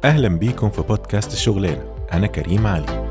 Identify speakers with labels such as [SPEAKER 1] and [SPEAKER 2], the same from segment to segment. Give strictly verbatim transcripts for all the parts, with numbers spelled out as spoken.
[SPEAKER 1] أهلا بيكم في بودكاست الشغلانة. أنا كريم علي.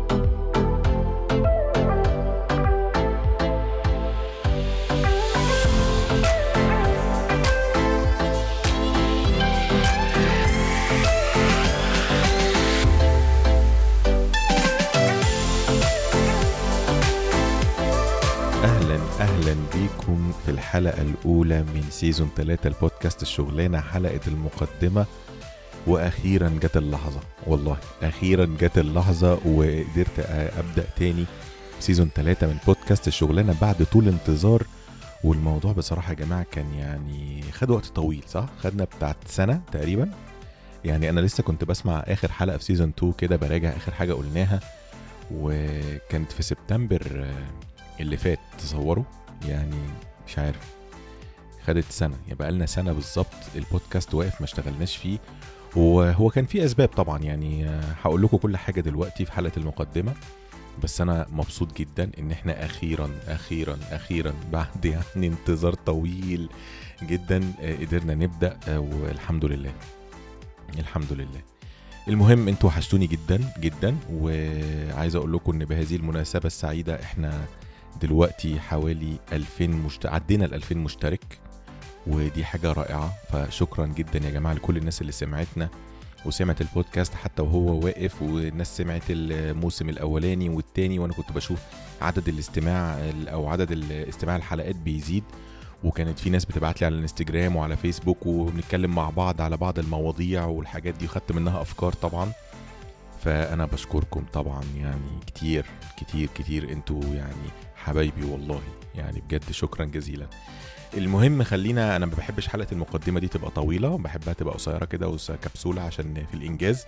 [SPEAKER 1] أهلا أهلا بيكم في الحلقة الأولى من سيزون ثلاثة البودكاست الشغلانة، حلقة المقدمة. وأخيرا جت اللحظة، والله أخيرا جت اللحظة وقدرت أبدأ تاني سيزون ثلاثة من بودكاست الشغلانة بعد طول انتظار. والموضوع بصراحة يا جماعة كان يعني خد وقت طويل، صح؟ خدنا بتاعت سنة تقريبا. يعني أنا لسه كنت بسمع آخر حلقة في سيزون اتنين كده، براجع آخر حاجة قلناها، وكانت في سبتمبر اللي فات. تصوروا يعني، مش عارف، خدت سنة، يبقى لنا سنة بالظبط البودكاست واقف ما اشتغلناش فيه. وهو كان فيه أسباب طبعا، يعني هقول لكم كل حاجة دلوقتي في حلقة المقدمة. بس أنا مبسوط جدا إن إحنا أخيرا أخيرا أخيرا بعد يعني انتظار طويل جدا قدرنا نبدأ، والحمد لله الحمد لله. المهم انتوا وحشتوني جدا جدا، وعايز أقول لكم إن بهذه المناسبة السعيدة إحنا دلوقتي حوالي ألفين مشت... عدينا الألفين مشترك، ودي حاجة رائعة. فشكرا جدا يا جماعة لكل الناس اللي سمعتنا وسمعت البودكاست حتى وهو واقف، والناس سمعت الموسم الأولاني والتاني، وأنا كنت بشوف عدد الاستماع أو عدد الاستماع الحلقات بيزيد. وكانت في ناس بتبعت لي على الانستجرام وعلى فيسبوك، وبنتكلم مع بعض على بعض المواضيع والحاجات دي، وخدت منها أفكار طبعا. فأنا بشكركم طبعا يعني كتير كتير كتير، انتوا يعني حبايبي والله، يعني بجد شكرا جزيلا. المهم خلينا، انا ما بحبش حلقة المقدمة دي تبقى طويلة، بحبها تبقى قصيرة كده وكبسولة عشان في الانجاز.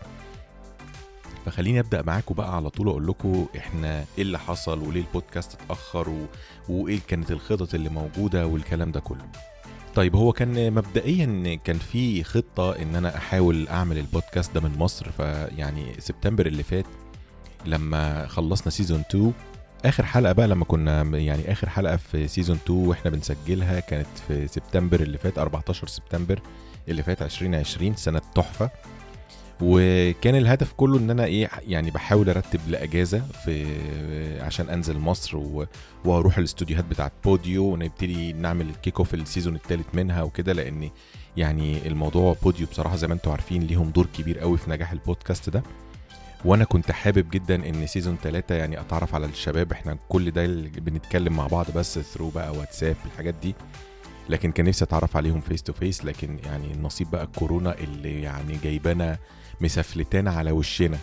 [SPEAKER 1] فخليني ابدأ معاكم بقى على طول، اقول لكم احنا ايه اللي حصل وليه البودكاست اتأخر و... وايه كانت الخطط اللي موجودة والكلام ده كله. طيب، هو كان مبدئيا كان في خطة ان انا احاول اعمل البودكاست ده من مصر. فيعني سبتمبر اللي فات لما خلصنا سيزون اتنين، اخر حلقة بقى لما كنا يعني اخر حلقة في سيزون اتنين واحنا بنسجلها كانت في سبتمبر اللي فات، أربعتاشر سبتمبر اللي فات عشرين عشرين، سنة تحفة. وكان الهدف كله ان انا ايه يعني بحاول ارتب لاجازة في عشان انزل مصر واروح الاستوديوهات بتاعت بوديو، ونبتدي نعمل الكيك اوف السيزون الثالث منها وكده. لان يعني الموضوع بوديو بصراحة زي ما انتم عارفين ليهم دور كبير قوي في نجاح البودكاست ده. وانا كنت حابب جدا ان سيزون ثلاثة يعني اتعرف على الشباب. احنا كل ده اللي بنتكلم مع بعض بس ثرو بقى واتساب الحاجات دي، لكن كان نفسي اتعرف عليهم فيس تو فيس. لكن يعني النصيب بقى الكورونا اللي يعني جايبانا مسافلتنا على وشنا.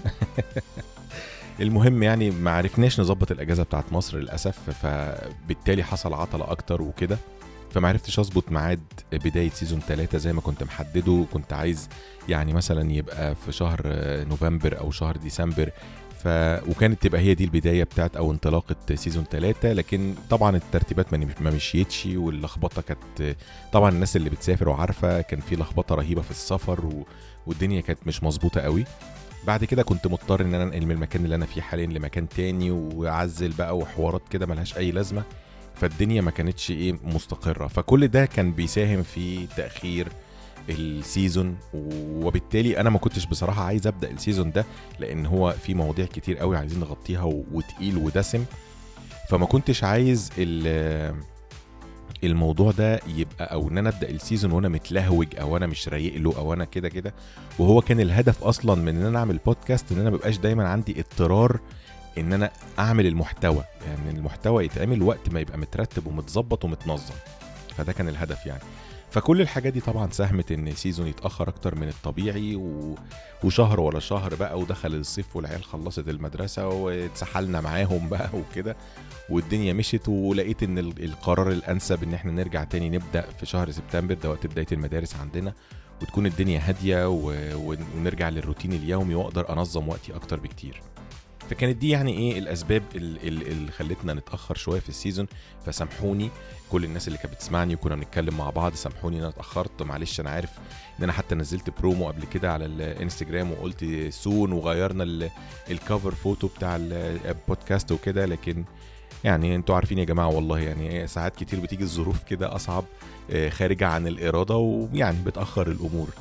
[SPEAKER 1] المهم يعني ما عرفناش نظبط الاجازة بتاعت مصر للأسف، فبالتالي حصل عطلة اكتر وكده. فما عرفتش اظبط ميعاد بداية سيزون ثلاثة زي ما كنت محدده. كنت عايز يعني مثلا يبقى في شهر نوفمبر او شهر ديسمبر، ف... وكانت تبقى هي دي البداية بتاعت او انطلاقة سيزون ثلاثة. لكن طبعا الترتيبات ما مشيتش، واللخبطة كانت طبعا الناس اللي بتسافر وعارفة كان في لخبطة رهيبة في السفر، و... والدنيا كانت مش مظبوطة قوي. بعد كده كنت مضطر ان انا انقل من المكان اللي انا فيه حاليا لمكان تاني، واعزل بقى وحوارات كده ملهاش اي لازمة. فالدنيا ما كانتش ايه مستقرة، فكل ده كان بيساهم في تأخير السيزون. وبالتالي انا ما كنتش بصراحة عايز ابدأ السيزون ده، لان هو في مواضيع كتير قوي عايزين نغطيها وتقيل ودسم. فما كنتش عايز الموضوع ده يبقى او ان انا ابدأ السيزون وانا متلهوج او انا مش رايق له او انا كده كده. وهو كان الهدف اصلا من ان انا اعمل بودكاست ان انا مبقاش دايما عندي اضطرار ان انا اعمل المحتوى، يعني المحتوى يتعمل وقت ما يبقى مترتب ومتظبط ومتنظم. فده كان الهدف يعني. فكل الحاجات دي طبعا ساهمت ان سيزون يتأخر اكتر من الطبيعي، و... وشهر ولا شهر بقى ودخل الصيف والعيال خلصت المدرسة واتسحلنا معاهم بقى وكده، والدنيا مشت. ولقيت ان القرار الانسب ان احنا نرجع تاني نبدأ في شهر سبتمبر ده وقت بداية المدارس عندنا، وتكون الدنيا هادية، و... ونرجع للروتين اليومي واقدر انظم وقتي اكتر بكتير. فكانت دي يعني ايه الاسباب اللي خلتنا نتاخر شويه في السيزون. فسامحوني كل الناس اللي كانت بتسمعني وكنا بنتكلم مع بعض، سامحوني ان انا اتاخرت، معلش. انا عارف ان انا حتى نزلت برومو قبل كده على الانستجرام وقلت سون، وغيرنا الكفر فوتو بتاع البودكاست وكده. لكن يعني انتوا عارفين يا جماعه والله، يعني ساعات كتير بتيجي الظروف كده اصعب خارجه عن الاراده، ويعني بتاخر الامور.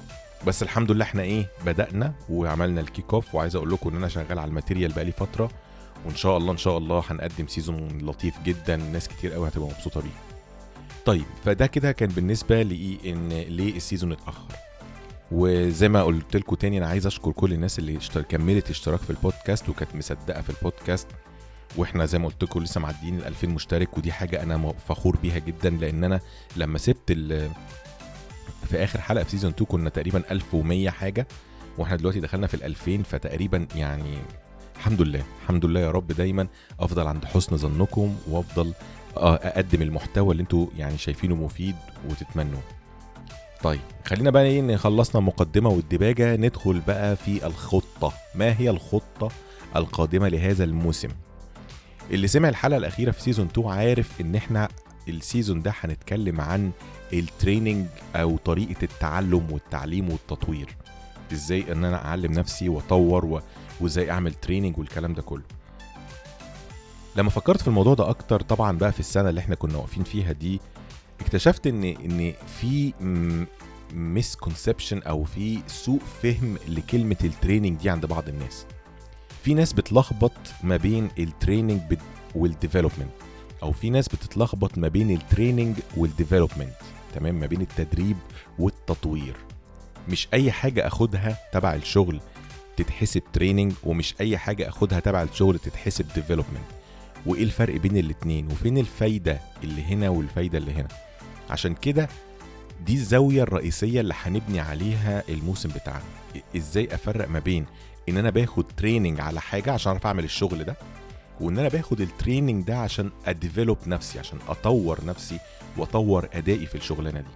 [SPEAKER 1] بس الحمد لله احنا ايه بدأنا وعملنا الكيك اوف، وعايز اقول لكم ان انا شغال على الماتيريال بقالي فترة، وان شاء الله ان شاء الله هنقدم سيزون لطيف جدا، ناس كتير قوي هتبقى مبسوطة بيه. طيب فده كده كان بالنسبة لي ان ليه السيزون اتأخر. وزي ما قلت لكم تاني، انا عايز اشكر كل الناس اللي اشتر... كملت اشتراك في البودكاست وكانت مصدقة في البودكاست، واحنا زي ما قلت لكم لسه معديين ال ألفين مشترك، ودي حاجة انا فخور بيها جدا، لان انا لما سبت ال... في اخر حلقة في سيزون اتنين كنا تقريبا ألف ومية حاجة، واحنا دلوقتي دخلنا في الألفين، فتقريبا يعني الحمد لله الحمد لله يا رب دايما افضل عند حسن ظنكم، وافضل اقدم المحتوى اللي انتوا يعني شايفينه مفيد وتتمنوا. طيب خلينا بقى ايه، نخلصنا المقدمة والدباجة، ندخل بقى في الخطة. ما هي الخطة القادمة لهذا الموسم؟ اللي سمع الحلقة الأخيرة في سيزون اتنين عارف ان احنا السيزون ده هنتكلم عن التريننج او طريقة التعلم والتعليم والتطوير، ازاي ان انا اعلم نفسي واطور و... وازاي اعمل تريننج والكلام ده كله. لما فكرت في الموضوع ده اكتر طبعا بقى في السنة اللي احنا كنا واقفين فيها دي، اكتشفت ان ان في مسكونسبشن او في سوء فهم لكلمة التريننج دي عند بعض الناس. في ناس بتلخبط ما بين التريننج والديفلوبمنت، او في ناس بتتلخبط ما بين التريننج والديفلوبمنت، تمام، ما بين التدريب والتطوير. مش اي حاجة اخدها تبع الشغل تتحسب تريننج، ومش اي حاجة اخدها تبع الشغل تتحسب ديفلوبمنت. وايه الفرق بين الاتنين، وفين الفايدة اللي هنا والفايدة اللي هنا؟ عشان كده دي الزاوية الرئيسية اللي هنبني عليها الموسم بتاعنا. ازاي افرق ما بين ان انا باخد تريننج على حاجة عشان اعرف اعمل الشغل ده، وان انا باخد التريننج ده عشان اديفلوب نفسي، عشان اطور نفسي واطور ادائي في الشغلانة دي.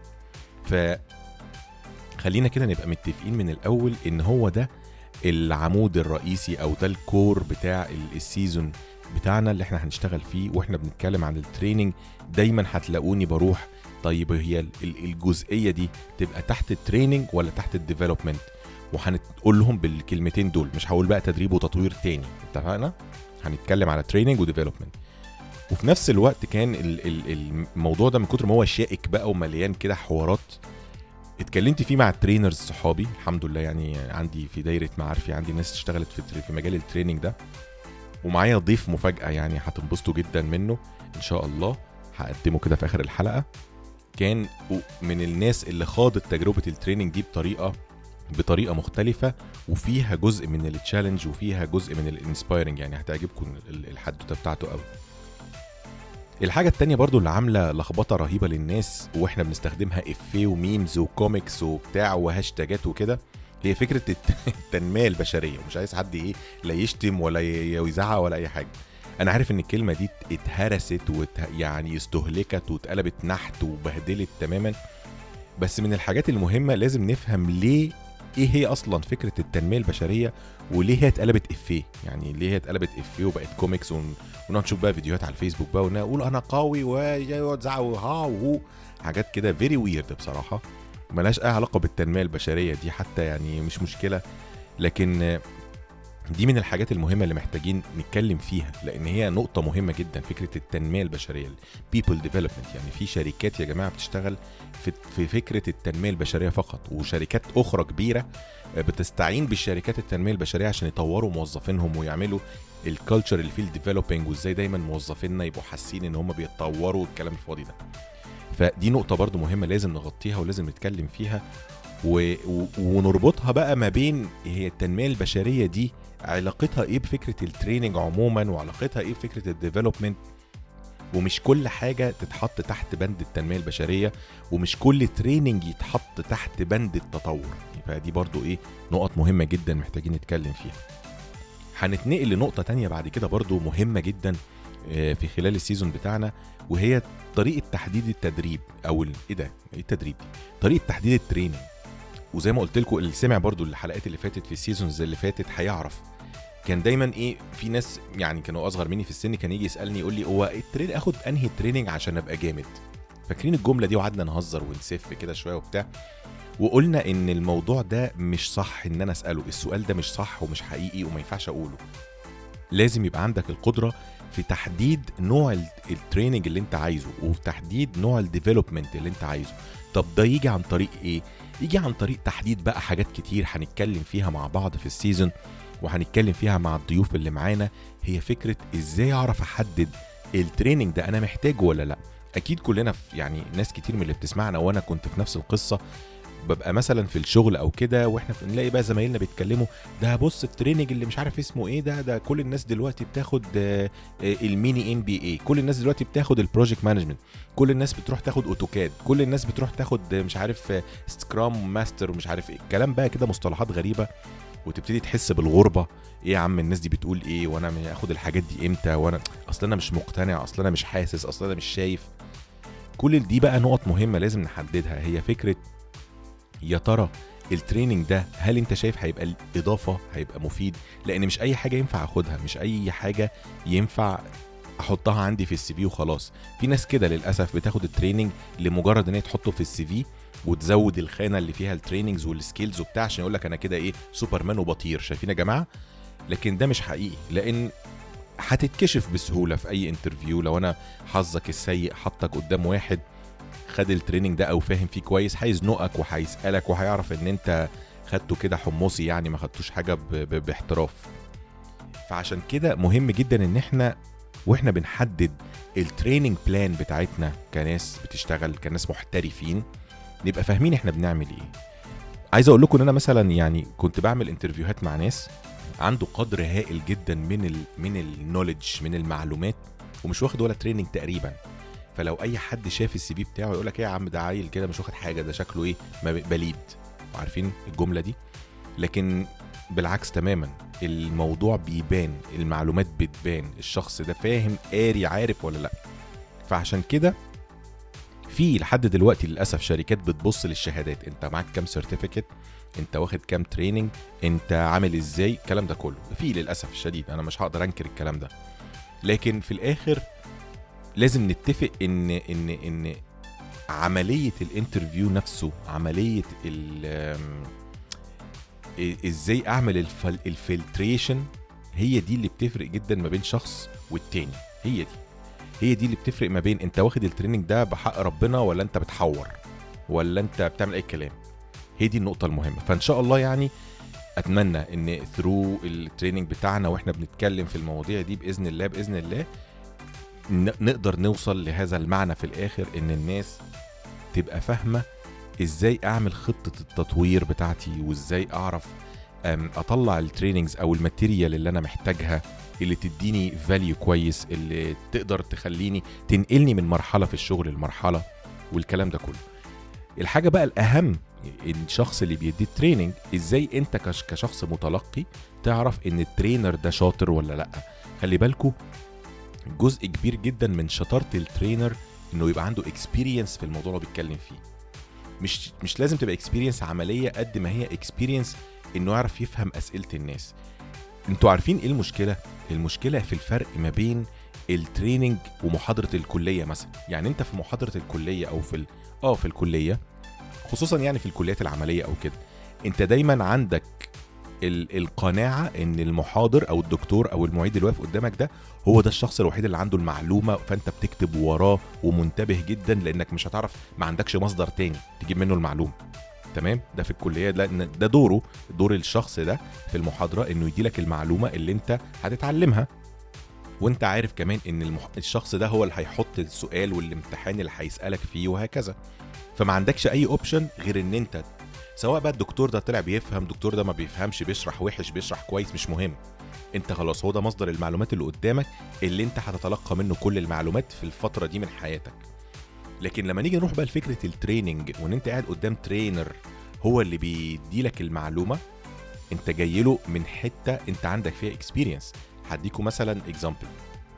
[SPEAKER 1] فخلينا كده نبقى متفقين من الاول ان هو ده العمود الرئيسي، او ده الكور بتاع السيزون بتاعنا اللي احنا هنشتغل فيه. واحنا بنتكلم عن التريننج دايما هتلاقوني بروح طيب هي الجزئية دي تبقى تحت التريننج ولا تحت الديفلوبمنت، وهنقول لهم بالكلمتين دول، مش هقول بقى تدريب وتطوير تاني، اتفقنا؟ هنتكلم على تريننج وديفلوبمنت. وفي نفس الوقت كان الموضوع ده من كتر ما هو شائك بقى ومليان كده حوارات، اتكلمت فيه مع الترينرز صحابي، الحمد لله يعني عندي في دايرة معارفي عندي ناس اشتغلت في في مجال التريننج ده، ومعايا ضيف مفاجأة يعني هتنبسطوا جدا منه ان شاء الله، هقدمه كده في اخر الحلقة. كان من الناس اللي خاضت تجربة التريننج دي بطريقة بطريقة مختلفة، وفيها جزء من التشالنج وفيها جزء من الانسبايرنج، يعني هتعجبكم الحدوتة بتاعته قوي. الحاجة التانية برضو اللي عاملة لخبطة رهيبة للناس، واحنا بنستخدمها افيه وميمز وكوميكس وبتاع وهاشتاجات وكده، هي فكرة التنمية البشرية. مش عايز حد ايه لا يشتم ولا يزعق ولا اي حاجة، انا عارف ان الكلمة دي اتهرست ويعني استهلكت واتقلبت نحت وبهدلت تماما، بس من الحاجات المهمة لازم نفهم ليه، ايه هي اصلا فكرة التنمية البشرية، وليه هي اتقلبت افيه، يعني ليه هي اتقلبت افيه وبقت كوميكس، ون... ونشوف بقى فيديوهات على الفيسبوك بقى ونقول انا قوي ويزعق وها وهو حاجات كده فيري ويرد بصراحة، ملاش اي علاقة بالتنمية البشرية دي حتى، يعني مش مشكلة، لكن دي من الحاجات المهمة اللي محتاجين نتكلم فيها، لان هي نقطة مهمة جدا، فكرة التنمية البشرية people development. يعني في شركات يا جماعة بتشتغل في, في فكرة التنمية البشرية فقط، وشركات اخرى كبيرة بتستعين بالشركات التنمية البشرية عشان يطوروا موظفينهم ويعملوا الكالتشر اللي فيه الديفلوبينج، وازاي دايما موظفيننا يبقوا حاسين ان هم بيتطوروا والكلام الفاضي ده. فدي نقطة برضو مهمة لازم نغطيها ولازم نتكلم فيها، و... و... ونربطها بقى ما بين هي التنمية البشرية دي علاقتها ايه بفكرة التريننج عموما، وعلاقتها ايه بفكرة الديفلوبمنت. ومش كل حاجة تتحط تحت بند التنمية البشرية، ومش كل تريننج يتحط تحت بند التطور. فدي برضو ايه نقط مهمة جدا محتاجين نتكلم فيها. هنتنقل لنقطة تانية بعد كده برضو مهمة جدا في خلال السيزون بتاعنا، وهي طريقة تحديد التدريب، او ايه ده ايه التدريب دي طريقة تحديد التريننج. وزي ما قلت لكم اللي سمع برضو الحلقات اللي فاتت في السيزونز اللي فاتت هيعرف، كان دايما ايه في ناس يعني كانوا اصغر مني في السن كان يجي يسالني يقول لي هو الترين اخد انهي تريننج عشان ابقى جامد. فاكرين الجمله دي؟ وقعدنا نهزر ونسف كده شويه وبتاع، وقلنا ان الموضوع ده مش صح ان انا اساله السؤال ده، مش صح ومش حقيقي وما ينفعش اقوله. لازم يبقى عندك القدره في تحديد نوع التريننج اللي انت عايزه، وتحديد نوع الديفلوبمنت اللي انت عايزه. طب ده يجي عن طريق ايه؟ يجي عن طريق تحديد بقى حاجات كتير هنتكلم فيها مع بعض في السيزون وهنتكلم فيها مع الضيوف اللي معانا. هي فكرة ازاي اعرف احدد التريننج ده انا محتاجه ولا لا. اكيد كلنا في يعني ناس كتير من اللي بتسمعنا وانا كنت في نفس القصة، ببقى مثلا في الشغل او كده واحنا نلاقي بقى زمايلنا بيتكلموا ده بص التريننج اللي مش عارف اسمه ايه ده ده كل الناس دلوقتي بتاخد الميني ام بي اي، كل الناس دلوقتي بتاخد البروجكت مانجمنت، كل الناس بتروح تاخد اوتوكاد، كل الناس بتروح تاخد مش عارف سكرام ماستر ومش عارف ايه الكلام بقى كده، مصطلحات غريبة، وتبتدي تحس بالغربة. ايه يا عم الناس دي بتقول ايه وانا اخد الحاجات دي امتى، وانا اصلا انا مش مقتنع، اصلا انا مش حاسس، اصلا انا مش شايف. كل دي بقى نقط مهمة لازم نحددها. هي فكرة يا ترى التريننج ده هل انت شايف هيبقى الاضافة، هيبقى مفيد؟ لان مش اي حاجة ينفع اخدها، مش اي حاجة ينفع احطها عندي في السي في وخلاص. في ناس كده للاسف بتاخد التريننج لمجرد ان هي تحطه في السي في وتزود الخانة اللي فيها التريننجز والسكيلز وبتاع عشان يقول لك انا كده ايه سوبرمان وبطير. شايفين يا جماعة؟ لكن ده مش حقيقي، لان هتتكشف بسهولة في اي انترفيو. لو انا حظك السيء حطك قدام واحد خد التريننج ده او فاهم فيه كويس، هيزنقك وهيسألك وهيعرف ان انت خدته كده حمصي، يعني ما خدتوش حاجة ب- ب- باحتراف. فعشان كده مهم جدا ان احنا واحنا بنحدد التريننج بلان بتاعتنا كناس بتشتغل كناس محترفين نبقى فاهمين احنا بنعمل ايه. عايز اقول لكم ان انا مثلا يعني كنت بعمل انترفيوهات مع ناس عنده قدر هائل جدا من ال من النوليدج، من المعلومات، ومش واخد ولا تريننج تقريبا. فلو اي حد شاف السي في بتاعه يقول لك ايه يا عم ده عيل كده مش واخد حاجه، ده شكله ايه بليد، عارفين الجمله دي؟ لكن بالعكس تماما، الموضوع بيبان، المعلومات بتبان، الشخص ده فاهم قاري عارف ولا لا. فعشان كده في لحد دلوقتي للاسف شركات بتبص للشهادات، انت معاك كام سيرتيفيكت، انت واخد كام تريننج، انت عامل ازاي، الكلام ده كله في للاسف الشديد. انا مش هقدر انكر الكلام ده، لكن في الاخر لازم نتفق ان ان ان عمليه الانترفيو نفسه، عمليه ازاي اعمل الفلتريشن، هي دي اللي بتفرق جدا ما بين شخص والتاني. هي دي هي دي اللي بتفرق ما بين انت واخد التريننج ده بحق ربنا ولا انت بتحور ولا انت بتعمل اي كلام. هي دي النقطه المهمه. فان شاء الله يعني اتمنى ان ثرو التريننج بتاعنا واحنا بنتكلم في المواضيع دي باذن الله باذن الله نقدر نوصل لهذا المعنى في الاخر، ان الناس تبقى فاهمة ازاي اعمل خطة التطوير بتاعتي، وازاي اعرف اطلع التريننجز او الماتيريال اللي انا محتاجها اللي تديني فاليو كويس، اللي تقدر تخليني تنقلني من مرحلة في الشغل لمرحلة، والكلام ده كله. الحاجة بقى الاهم الشخص اللي بيدي التريننج، ازاي انت كشخص متلقي تعرف ان الترينر ده شاطر ولا لا. خلي بالكو جزء كبير جدا من شطارة الترينر انه يبقى عنده اكسبيرينس في الموضوع اللي بيتكلم فيه. مش مش لازم تبقى اكسبيرينس عملية قد ما هي اكسبيرينس انه يعرف يفهم اسئلة الناس. انتوا عارفين ايه المشكلة؟ المشكلة في الفرق ما بين التريننج ومحاضرة الكلية مثلا. يعني انت في محاضرة الكلية او في ال... اه في الكلية خصوصا يعني في الكليات العملية او كده، انت دايما عندك القناعة ان المحاضر او الدكتور او المعيد اللي واقف قدامك ده هو ده الشخص الوحيد اللي عنده المعلومة، فانت بتكتب وراه ومنتبه جدا لانك مش هتعرف، ما عندكش مصدر تاني تجيب منه المعلومة. تمام؟ ده في الكلية، لان ده دوره، دور الشخص ده في المحاضرة انه يديلك المعلومة اللي انت هتتعلمها، وانت عارف كمان ان المح... الشخص ده هو اللي هيحط السؤال والامتحان اللي هيسألك فيه وهكذا. فما عندكش اي اوبشن غير ان انت سواء بقى الدكتور ده طلع بيفهم، الدكتور ده ما بيفهمش، بيشرح وحش، بيشرح كويس، مش مهم. انت خلاص هو ده مصدر المعلومات اللي قدامك اللي انت هتتلقى منه كل المعلومات في الفترة دي من حياتك. لكن لما نيجي نروح بقى لفكرة التريننج، وان انت قاعد قدام ترينر هو اللي بيديلك المعلومة، انت جايله من حتة انت عندك فيها اكسبيرينس. هديكم مثلا اكزامبل،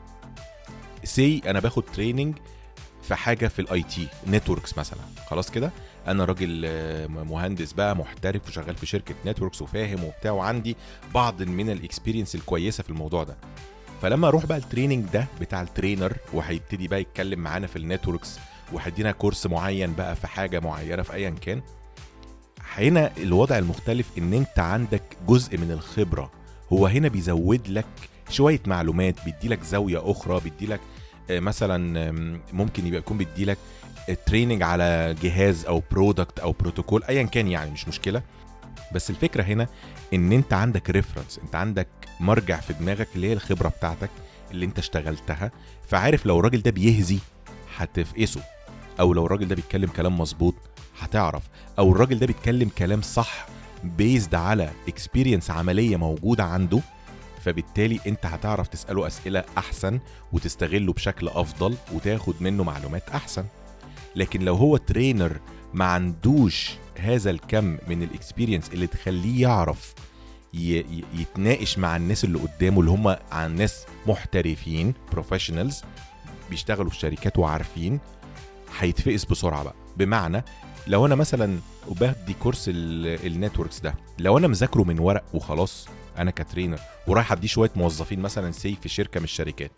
[SPEAKER 1] سي انا باخد تريننج في حاجة في الاي تي نتوركس مثلا، خلاص كده انا راجل مهندس بقى محترف وشغال في شركة نتوركس وفاهم وبتاع، وعندي بعض من الاكسبيرينس الكويسة في الموضوع ده. فلما اروح بقى التريننج ده بتاع الترينر وهيبتدي بقى يتكلم معانا في النتوركس وهيدينا كورس معين بقى في حاجة معينة في ايا كان، هنا الوضع المختلف ان انت عندك جزء من الخبرة. هو هنا بيزود لك شوية معلومات، بيديلك زاوية اخرى، بيديلك مثلا ممكن يبقى يكون بيديلك تريننج على جهاز او برودكت او بروتوكول ايا كان، يعني مش مشكله. بس الفكره هنا ان انت عندك ريفرنس، انت عندك مرجع في دماغك اللي هي الخبره بتاعتك اللي انت اشتغلتها، فعارف لو الراجل ده بيهزي هتفقسه، او لو الراجل ده بيتكلم كلام مظبوط هتعرف، او الراجل ده بيتكلم كلام صح بيزد على اكسبيرينس عمليه موجوده عنده، فبالتالي انت هتعرف تساله اسئله احسن وتستغله بشكل افضل وتاخد منه معلومات احسن. لكن لو هو ترينر ما عندوش هذا الكم من الاكسبيرينس اللي تخليه يعرف يتناقش مع الناس اللي قدامه اللي هم عن ناس محترفين بروفيشنالز بيشتغلوا في شركات وعارفين، هيتفقس بسرعه بقى. بمعنى لو انا مثلا وبدي كورس النتوركس ده، لو انا مذاكره من ورق وخلاص انا كترينر ورايح ادي شويه موظفين مثلا سي في شركه من الشركات،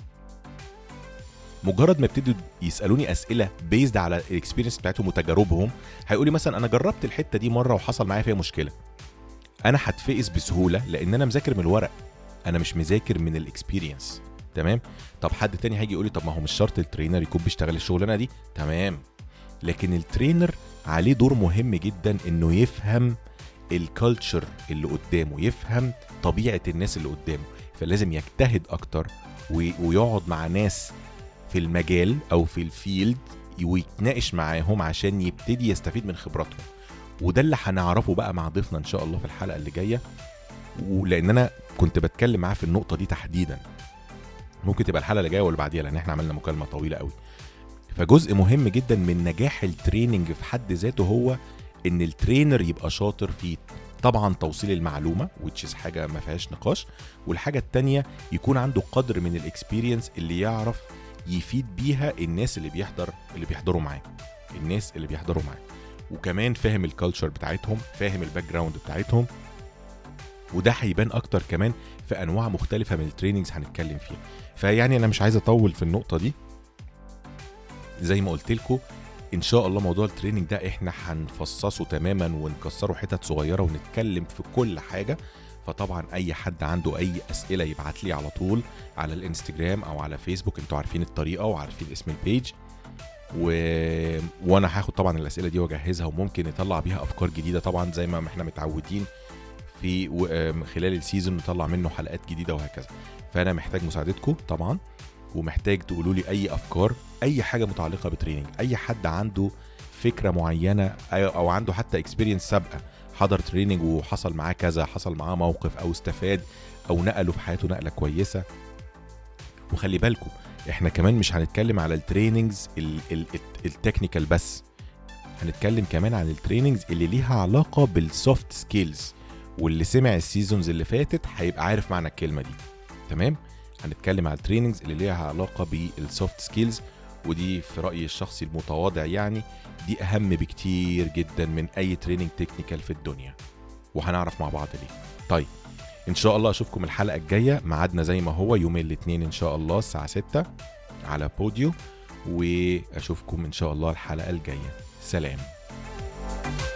[SPEAKER 1] مجرد ما ابتدوا يسالوني اسئله بيزد على الاكسبيرينس بتاعتهم وتجاربهم، هيقولي مثلا انا جربت الحته دي مره وحصل معايا فيها مشكله، انا هتفقس بسهوله لان انا مذاكر من الورق، انا مش مذاكر من الاكسبيرينس. تمام. طب حد تاني هيجي يقولي طب ما هو مش شرط الترينر يكون بيشتغل الشغلانه دي، تمام، لكن الترينر عليه دور مهم جدا انه يفهم الكالتشر اللي قدامه، يفهم طبيعه الناس اللي قدامه، فلازم يجتهد اكتر ويقعد مع ناس في المجال او في الفيلد ويتناقش معاهم عشان يبتدي يستفيد من خبراتهم. وده اللي هنعرفه بقى مع ضيفنا ان شاء الله في الحلقه اللي جايه، ولان انا كنت بتكلم معاه في النقطه دي تحديدا، ممكن تبقى الحلقه اللي جايه ولا بعديها لان احنا عملنا مكالمه طويله قوي. فجزء مهم جدا من نجاح التريننج في حد ذاته هو ان الترينر يبقى شاطر في طبعا توصيل المعلومه which is حاجه ما فيهاش نقاش، والحاجه الثانيه يكون عنده قدر من الاكسبيرينس اللي يعرف يفيد بيها الناس اللي بيحضر اللي بيحضروا معاه الناس اللي بيحضروا معاه وكمان فاهم الكالتشر بتاعتهم، فاهم الباك جراوند بتاعتهم. وده هيبان اكتر كمان في انواع مختلفه من التريننجز هنتكلم فيها. فيعني انا مش عايز اطول في النقطه دي، زي ما قلت لكم ان شاء الله موضوع التريننج ده احنا هنفصصه تماما ونكسره حتت صغيره ونتكلم في كل حاجه. فطبعا اي حد عنده اي اسئله يبعت لي على طول على الانستجرام او على فيسبوك، انتوا عارفين الطريقه وعارفين اسم البيج، و... وانا هاخد طبعا الاسئله دي واجهزها وممكن نطلع بيها افكار جديده طبعا زي ما احنا متعودين في خلال السيزون نطلع منه حلقات جديده وهكذا. فانا محتاج مساعدتكم طبعا، ومحتاج تقولوا لي اي افكار، اي حاجه متعلقه بتريننج، اي حد عنده فكره معينه او عنده حتى اكسبيرينس سابقه، حضر تريننج وحصل معاه كذا، حصل معاه موقف او استفاد او نقله في حياته نقله كويسه. وخلي بالكم احنا كمان مش هنتكلم على التريننجز التكنيكال بس، هنتكلم كمان عن التريننجز اللي ليها علاقه بالسوفت سكيلز، واللي سمع السيزونز اللي فاتت هيبقى عارف معنى الكلمه دي. تمام. هنتكلم على التريننجز اللي ليها علاقه بالسوفت سكيلز، ودي في رايي الشخصي المتواضع يعني دي اهم بكتير جدا من اي تريننج تكنيكال في الدنيا، وهنعرف مع بعض ليه. طيب ان شاء الله اشوفكم الحلقه الجايه، ميعادنا زي ما هو يوم الاثنين ان شاء الله الساعه ستة على بوديو، واشوفكم ان شاء الله الحلقه الجايه. سلام.